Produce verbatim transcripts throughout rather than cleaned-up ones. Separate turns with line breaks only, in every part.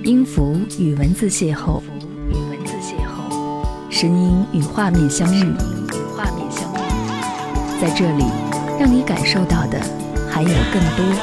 音符与文字邂逅，声音与画面相遇，在这里，让你感受到的还有更多。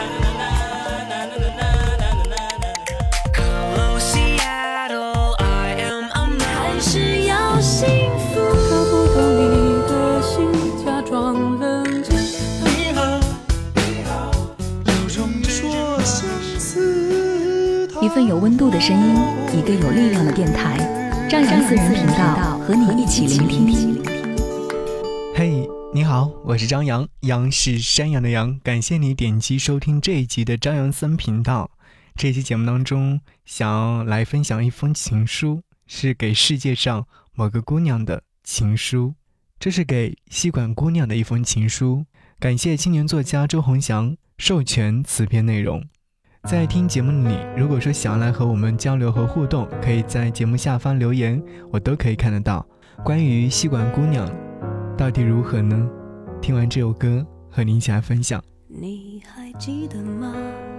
还是要幸福，
找不到你的心，假装冷静。
你好，你好，有种说相思。
一份有温度的声音，一个有力量的电台，张扬私人频道和你一起聆听。
嘿、hey, 你好，我是张扬，杨是山羊的羊，感谢你点击收听这一集的张扬私人频道。这期节目当中，想要来分享一封情书，是给世界上某个姑娘的情书。这是给吸管姑娘的一封情书，感谢青年作家周鸿祥授权此篇内容。在听节目里，如果说想要来和我们交流和互动，可以在节目下方留言，我都可以看得到。关于吸管姑娘到底如何呢？听完这首歌，和你一起来分享。
你还记得吗？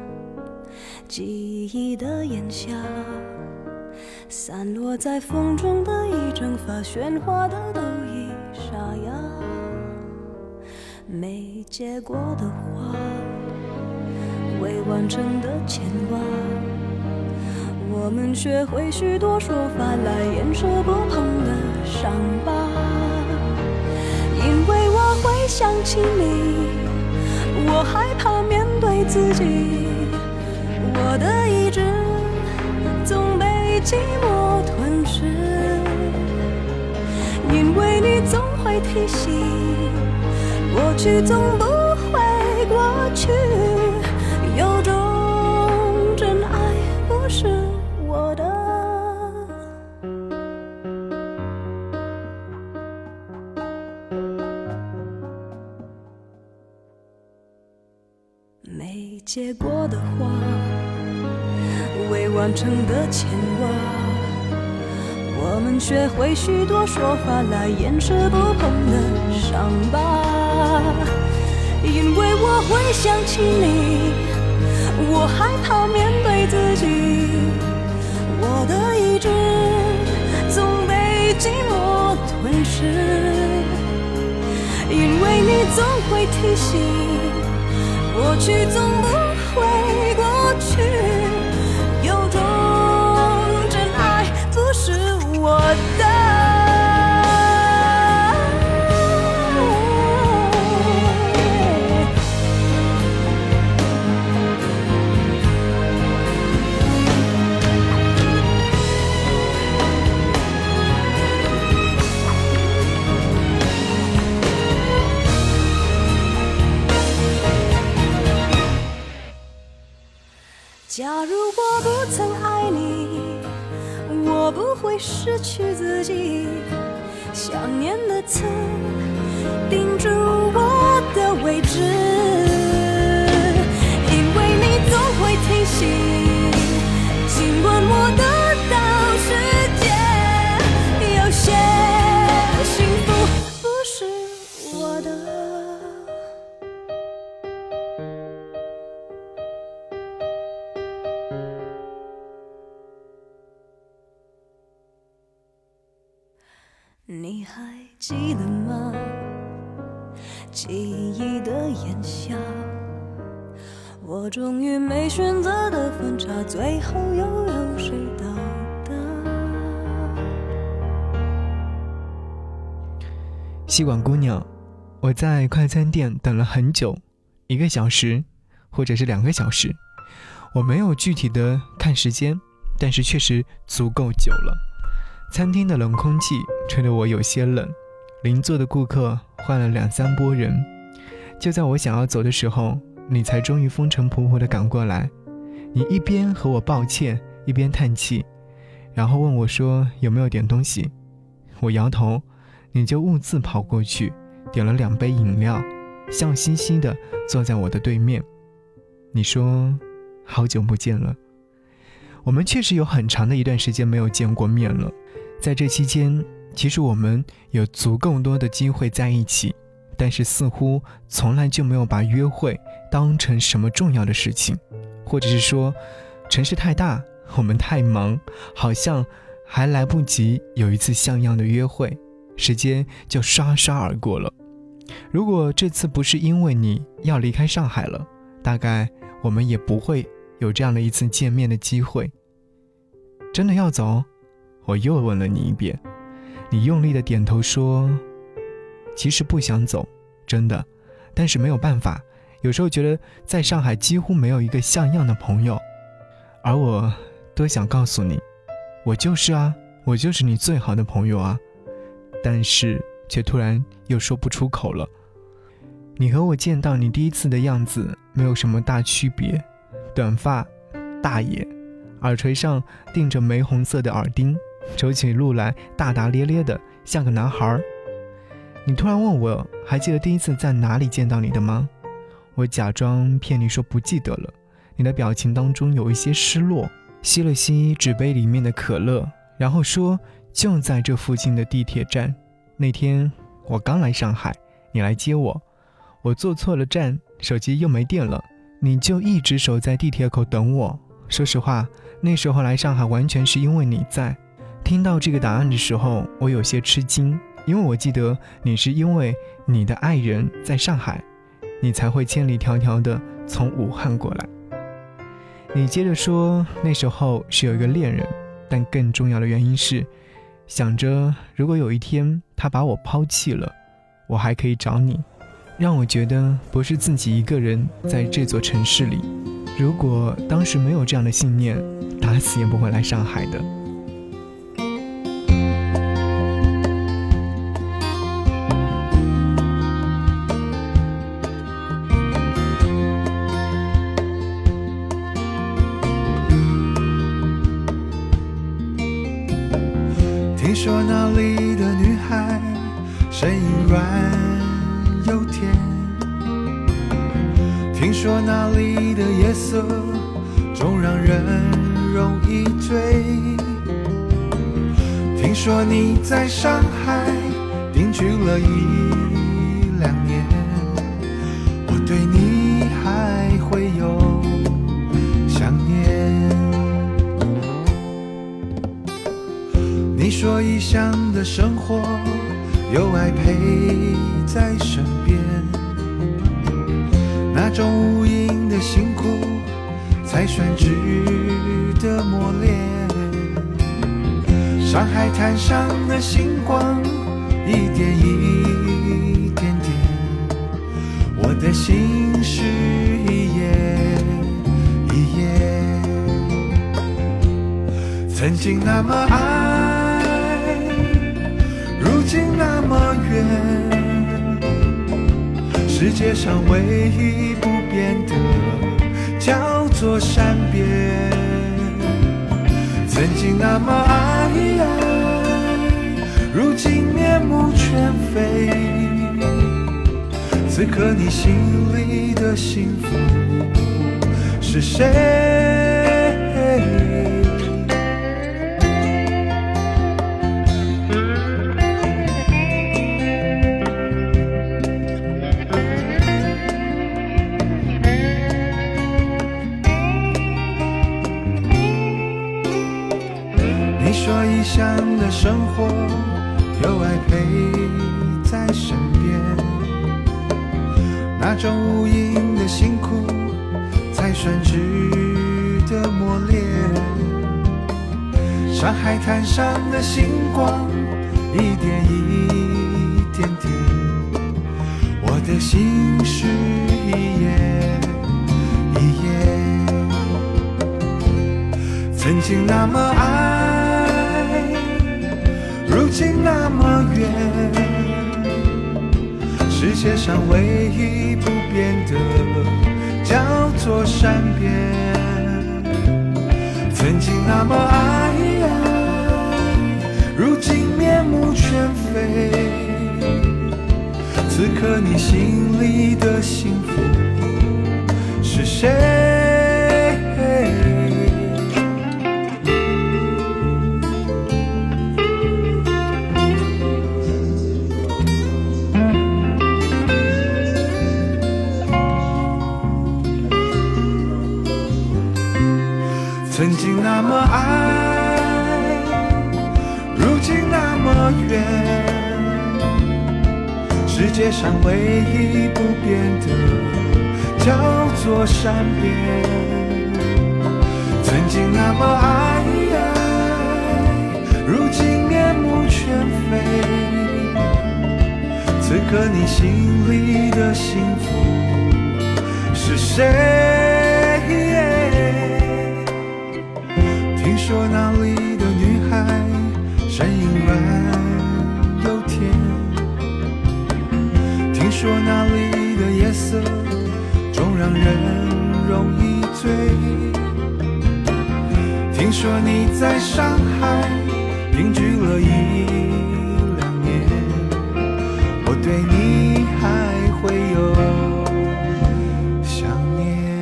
记忆的炎夏，散落在风中的一整发，喧哗的都已沙哑。没结果的花，未完成的牵挂，我们学会许多说法来掩饰不碰的伤疤。因为我会想起你，我害怕面对自己，我的意志总被寂寞吞噬。因为你总会提醒，过去总不会过去，有种真爱不是我的。没结果的花，未完成的牵挂，我们学会许多说法来掩饰不碰的伤疤。因为我会想起你，我害怕面对自己，我的意志总被寂寞吞噬。因为你总会提醒，过去总不会过去，有种真爱不是我的。假如我不曾爱你，我不会失去自己，想念的刺钉住我的位置。因为你总会提醒，尽管我得到世界，有些幸福不是我的。你还记得吗？记忆的炎夏，我终于没选择的分岔，最后又有谁到达？
吸管姑娘，我在快餐店等了很久，一个小时，或者是两个小时，我没有具体的看时间，但是确实足够久了。餐厅的冷空气吹得我有些冷，邻座的顾客换了两三拨人。就在我想要走的时候，你才终于风尘仆仆地赶过来。你一边和我抱歉，一边叹气，然后问我说有没有点东西。我摇头，你就兀自跑过去，点了两杯饮料，笑嘻嘻地坐在我的对面。你说好久不见了。我们确实有很长的一段时间没有见过面了，在这期间，其实我们有足够多的机会在一起，但是似乎从来就没有把约会当成什么重要的事情，或者是说城市太大， 我们太忙，好像还来不及有一次像样的约会，时间就刷刷而过了。如果这次不是因为你要离开上海了，大概我们也不会有这样的一次见面的机会。真的要走？我又问了你一遍。你用力的点头说，其实不想走，真的，但是没有办法，有时候觉得在上海几乎没有一个像样的朋友。而我多想告诉你，我就是啊，我就是你最好的朋友啊，但是却突然又说不出口了。你和我见到你第一次的样子没有什么大区别，短发，大眼，耳垂上钉着玫红色的耳钉，走起路来大大咧咧的，像个男孩。你突然问我还记得第一次在哪里见到你的吗？我假装骗你说不记得了。你的表情当中有一些失落，吸了吸纸杯里面的可乐，然后说就在这附近的地铁站。那天我刚来上海，你来接我，我坐错了站，手机又没电了，你就一直守在地铁口等我。说实话，那时候来上海完全是因为你在。听到这个答案的时候，我有些吃惊，因为我记得你是因为你的爱人在上海，你才会千里迢迢的从武汉过来。你接着说，那时候是有一个恋人，但更重要的原因是想着如果有一天他把我抛弃了，我还可以找你，让我觉得不是自己一个人在这座城市里。如果当时没有这样的信念，打死也不会来上海的。
听说那里的女孩声音软又甜，听说那里的夜色总让人容易醉，听说你在上海定居了一两年，我对你还会有想念。你说异乡的生活有爱陪在身边，那种无垠的辛苦才算值得磨练。上海滩上的星光一点一点点，我的心是一页一页，曾经那么爱，如今那么远，世界上唯一不变的叫做善变。曾经那么爱，如今面目全非。此刻你心里的幸福是谁？你说异乡的生活有爱陪在身边，那种无垠的辛苦才算值得磨练。上海滩上的星光一点一点点，我的心是一页一页。曾经那么爱，如今那么远，世界上唯一不变的叫做善变。曾经那么爱，如今面目全非。此刻你心里的幸福是谁？曾曾经那么爱，如今那么远，世界上唯一不变的叫做善变。曾经那么爱，如今面目全非，此刻你心里的幸福是谁？听说那里的女孩声音软又甜，听说那里的夜色总让人容易醉，听说你在上海定居了一两年，我对你还会有想念。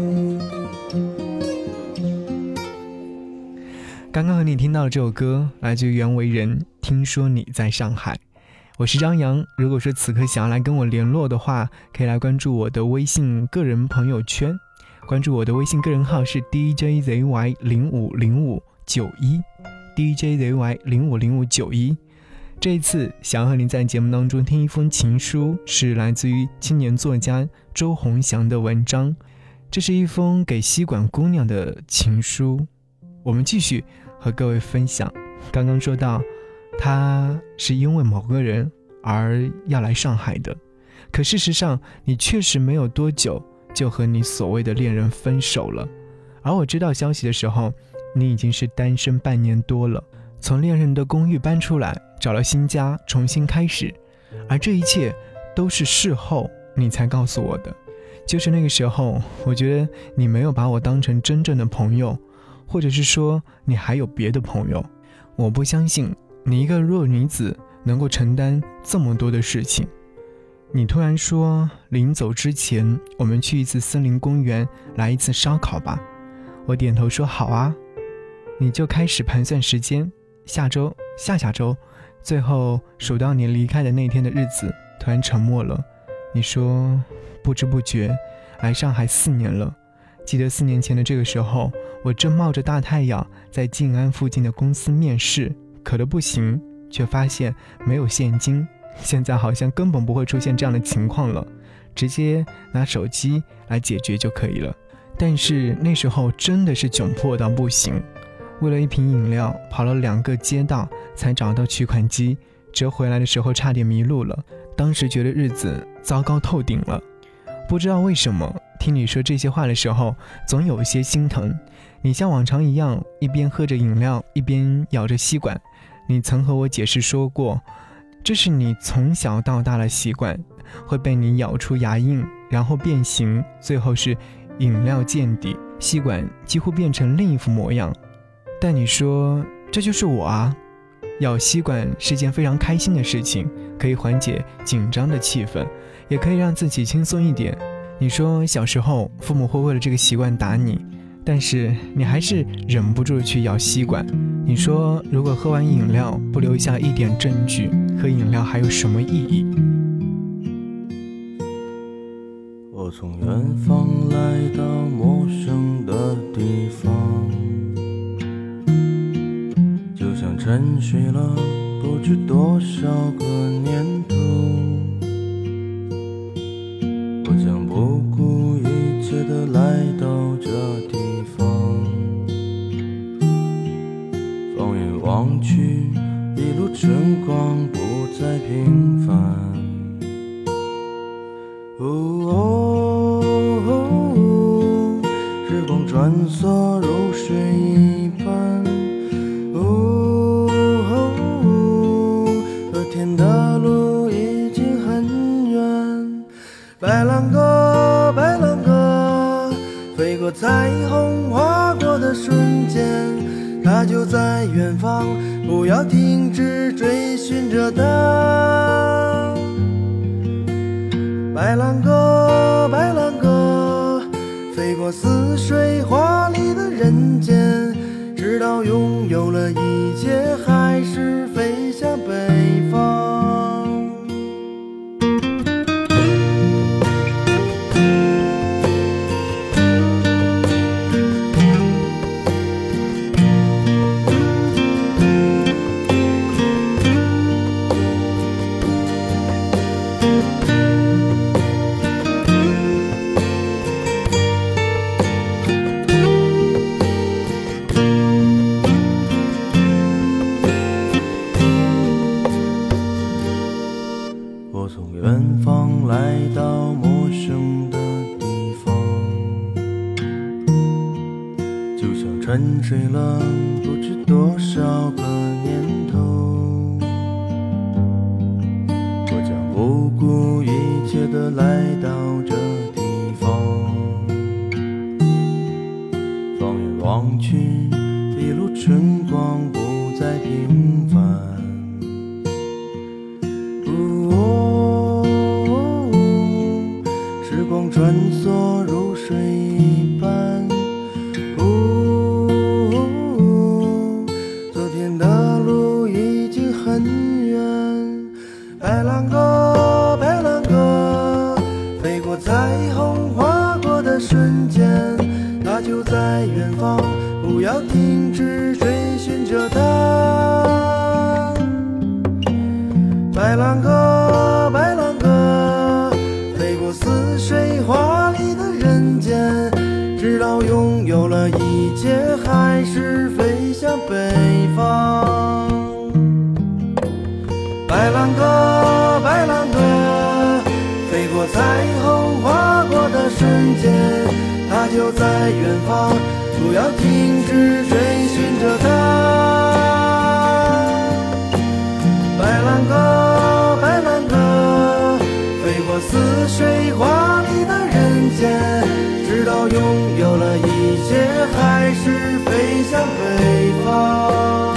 刚刚和你听到的这首歌来自于袁惟仁，听说你在上海。我是张扬，如果说此刻想要来跟我联络的话，可以来关注我的微信个人朋友圈，关注我的微信个人号是 D J Z Y 零五零五九一 D J Z Y 零五零五九一。这一次想要和您在节目当中听一封情书，是来自于青年作家周鸿祥的文章，这是一封给吸管姑娘的情书。我们继续和各位分享，刚刚说到他是因为某个人而要来上海的，可事实上你确实没有多久就和你所谓的恋人分手了，而我知道消息的时候，你已经是单身半年多了，从恋人的公寓搬出来，找了新家，重新开始，而这一切都是事后你才告诉我的。就是那个时候，我觉得你没有把我当成真正的朋友，或者是说你还有别的朋友。我不相信你一个弱女子能够承担这么多的事情。你突然说临走之前我们去一次森林公园，来一次烧烤吧。我点头说好啊。你就开始盘算时间，下周下下周，最后数到你离开的那天的日子，突然沉默了。你说不知不觉来上海四年了，记得四年前的这个时候，我正冒着大太阳在静安附近的公司面试，渴得不行，却发现没有现金，现在好像根本不会出现这样的情况了，直接拿手机来解决就可以了。但是那时候真的是窘迫到不行，为了一瓶饮料跑了两个街道才找到取款机，折回来的时候差点迷路了，当时觉得日子糟糕透顶了。不知道为什么听你说这些话的时候总有些心疼。你像往常一样一边喝着饮料一边咬着吸管，你曾和我解释说过，这是你从小到大的习惯，会被你咬出牙印，然后变形，最后是饮料见底，吸管几乎变成另一副模样。但你说这就是我啊，咬吸管是件非常开心的事情，可以缓解紧张的气氛，也可以让自己轻松一点。你说小时候父母会为了这个习惯打你，但是你还是忍不住去咬吸管。你说如果喝完饮料不留下一点证据，喝饮料还有什么意义？
我从远方来到陌生的地方，就像沉睡了不知多少个年头，我将不顾一切地来到这地方，放眼望去，一路晨光不再平凡。哦哦哦，时光穿梭如水一般。哦哦，和天的路已经很远。白兰鸽，白兰鸽，飞过彩虹，划过的瞬间，它就在远方，不要停止追寻着它。白兰鸽，白兰鸽，飞过似水华丽的人间，直到拥有了一切，还是飞向北方。 就像沉睡了不知多少个年头，我将不顾一切地来到这地方，放眼望去，一路春光不再平凡。哦，时光穿梭如水一般。哦，昨天的路已经很远。白兰鸽，白兰鸽，飞过彩虹，划过的瞬间，它就在远方，不要停止追寻着它。白兰鸽，白兰鸽，飞过似水华丽的人间，直到拥有了一切，还是飞向北方。白兰鸽，白兰鸽，飞过彩虹，划过的瞬间，它就在远方，不要停止追寻着它。白兰鸽，白兰鸽，飞过似水华丽的人间，直到拥有了一切，还是飞向北方。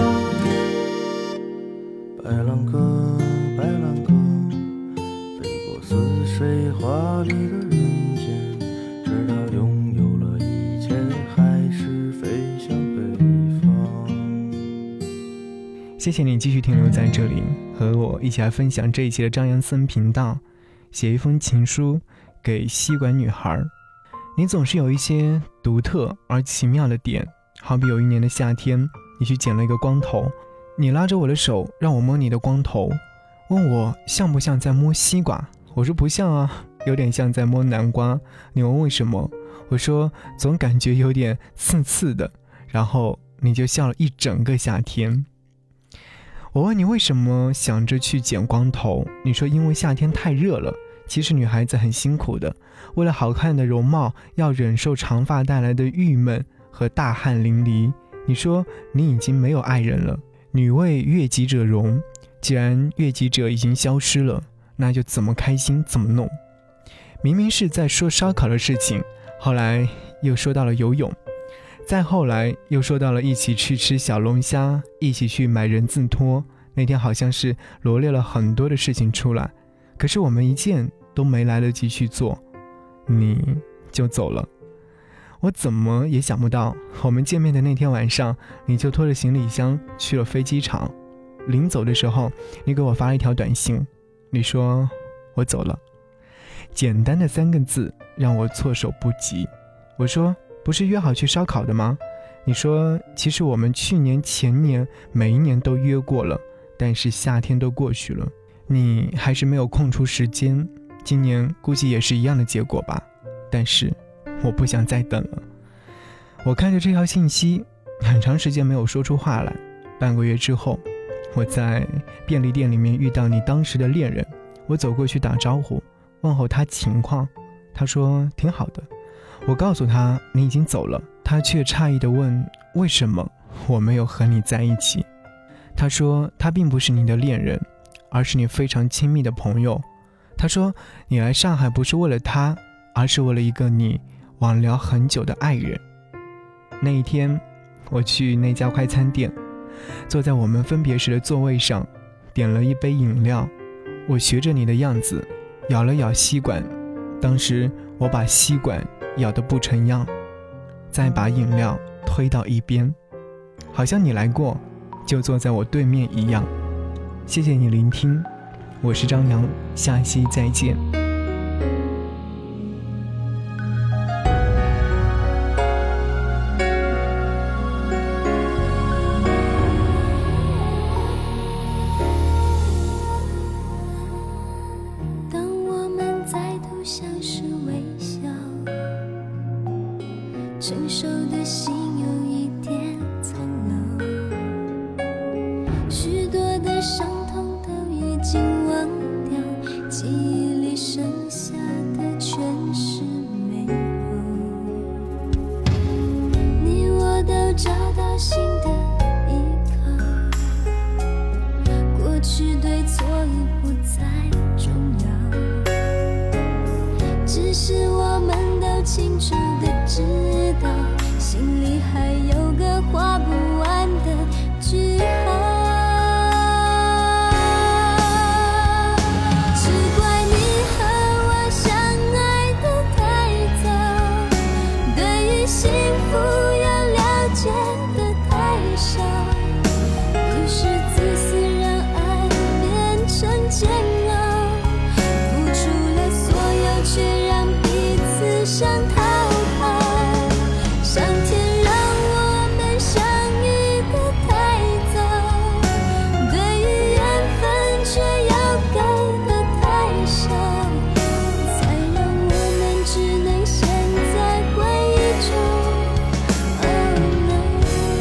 白兰鸽，白兰鸽，飞过似水华丽的人间，直到拥有了一切，还是飞向北方。
谢谢你继续停留在这里，和我一起来分享这一期的张扬私人频道。写一封情书给吸管女孩。你总是有一些独特而奇妙的点，好比有一年的夏天，你去剪了一个光头，你拉着我的手让我摸你的光头，问我像不像在摸西瓜，我说不像啊，有点像在摸南瓜。你问为什么，我说总感觉有点刺刺的，然后你就笑了一整个夏天。我问你为什么想着去剪光头，你说因为夏天太热了，其实女孩子很辛苦的，为了好看的容貌要忍受长发带来的郁闷和大汗淋漓。你说你已经没有爱人了，女为悦己者容，既然悦己者已经消失了，那就怎么开心怎么弄。明明是在说烧烤的事情，后来又说到了游泳，再后来又说到了一起去吃小龙虾，一起去买人字拖。那天好像是罗列了很多的事情出来，可是我们一件都没来得及去做，你就走了。我怎么也想不到，我们见面的那天晚上，你就拖着行李箱去了飞机场。临走的时候，你给我发了一条短信，你说我走了。简单的三个字让我措手不及。我说不是约好去烧烤的吗？你说其实我们去年前年每一年都约过了，但是夏天都过去了，你还是没有空出时间，今年估计也是一样的结果吧。但是我不想再等了。我看着这条信息，很长时间没有说出话来。半个月之后，我在便利店里面遇到你当时的恋人，我走过去打招呼，问候他情况，他说挺好的。我告诉他你已经走了，他却诧异地问为什么我没有和你在一起。他说他并不是你的恋人，而是你非常亲密的朋友。他说你来上海不是为了他，而是为了一个你挽留很久的爱人。那一天我去那家快餐店，坐在我们分别时的座位上，点了一杯饮料。我学着你的样子咬了咬吸管，当时我把吸管咬得不成样，再把饮料推到一边，好像你来过，就坐在我对面一样。谢谢你聆听，我是张扬，下期再见。
成熟的心有一点苍老，许多的伤痛都已经忘掉，记忆里剩下的全是美好。你我找到新的依靠，过去对错已不再重要，只是我们都清楚地知道，心里还有个画不完的句号。煎熬，付出了所有，却让彼此想逃跑。上天让我们相遇得太早，对于缘分却又给得太少，才让我们只能陷在回忆中。Oh no。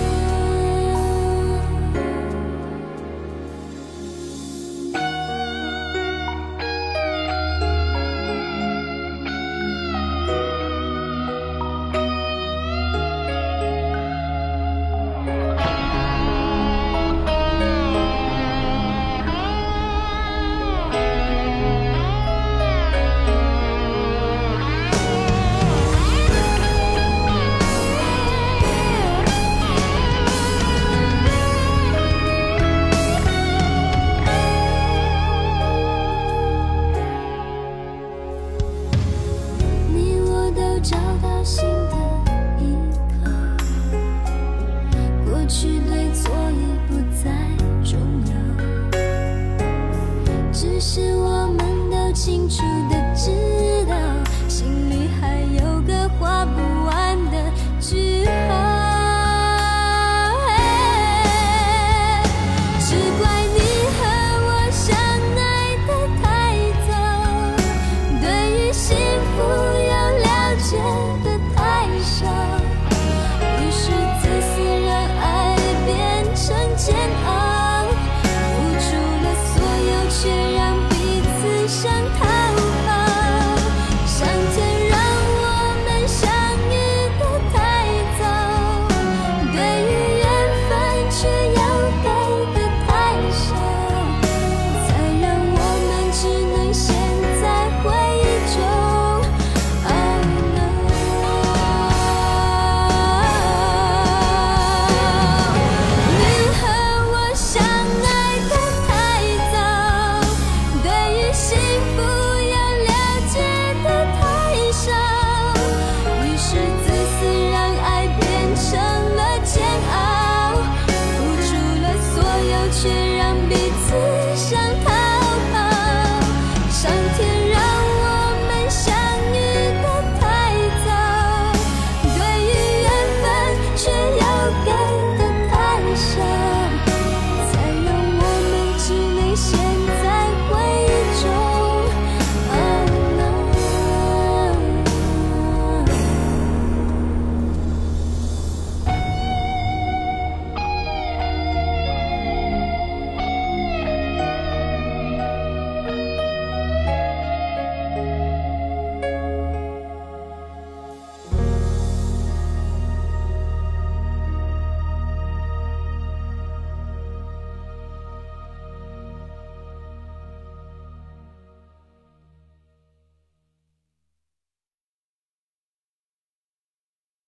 找到新的依靠，过去对错已不再重要，只是我们都清楚地知道，心里还有个画不完的句号。只怪你和我相爱得太早，对于幸福觉得太少，于是自私让爱变成煎熬，付出了所有，却让彼此想逃跑。上天让我们相遇得太早，对于缘分却又给得太少，才让我们只能陷在回忆中。却让彼此想逃跑，上天让我们相遇得太早，对于缘分却又给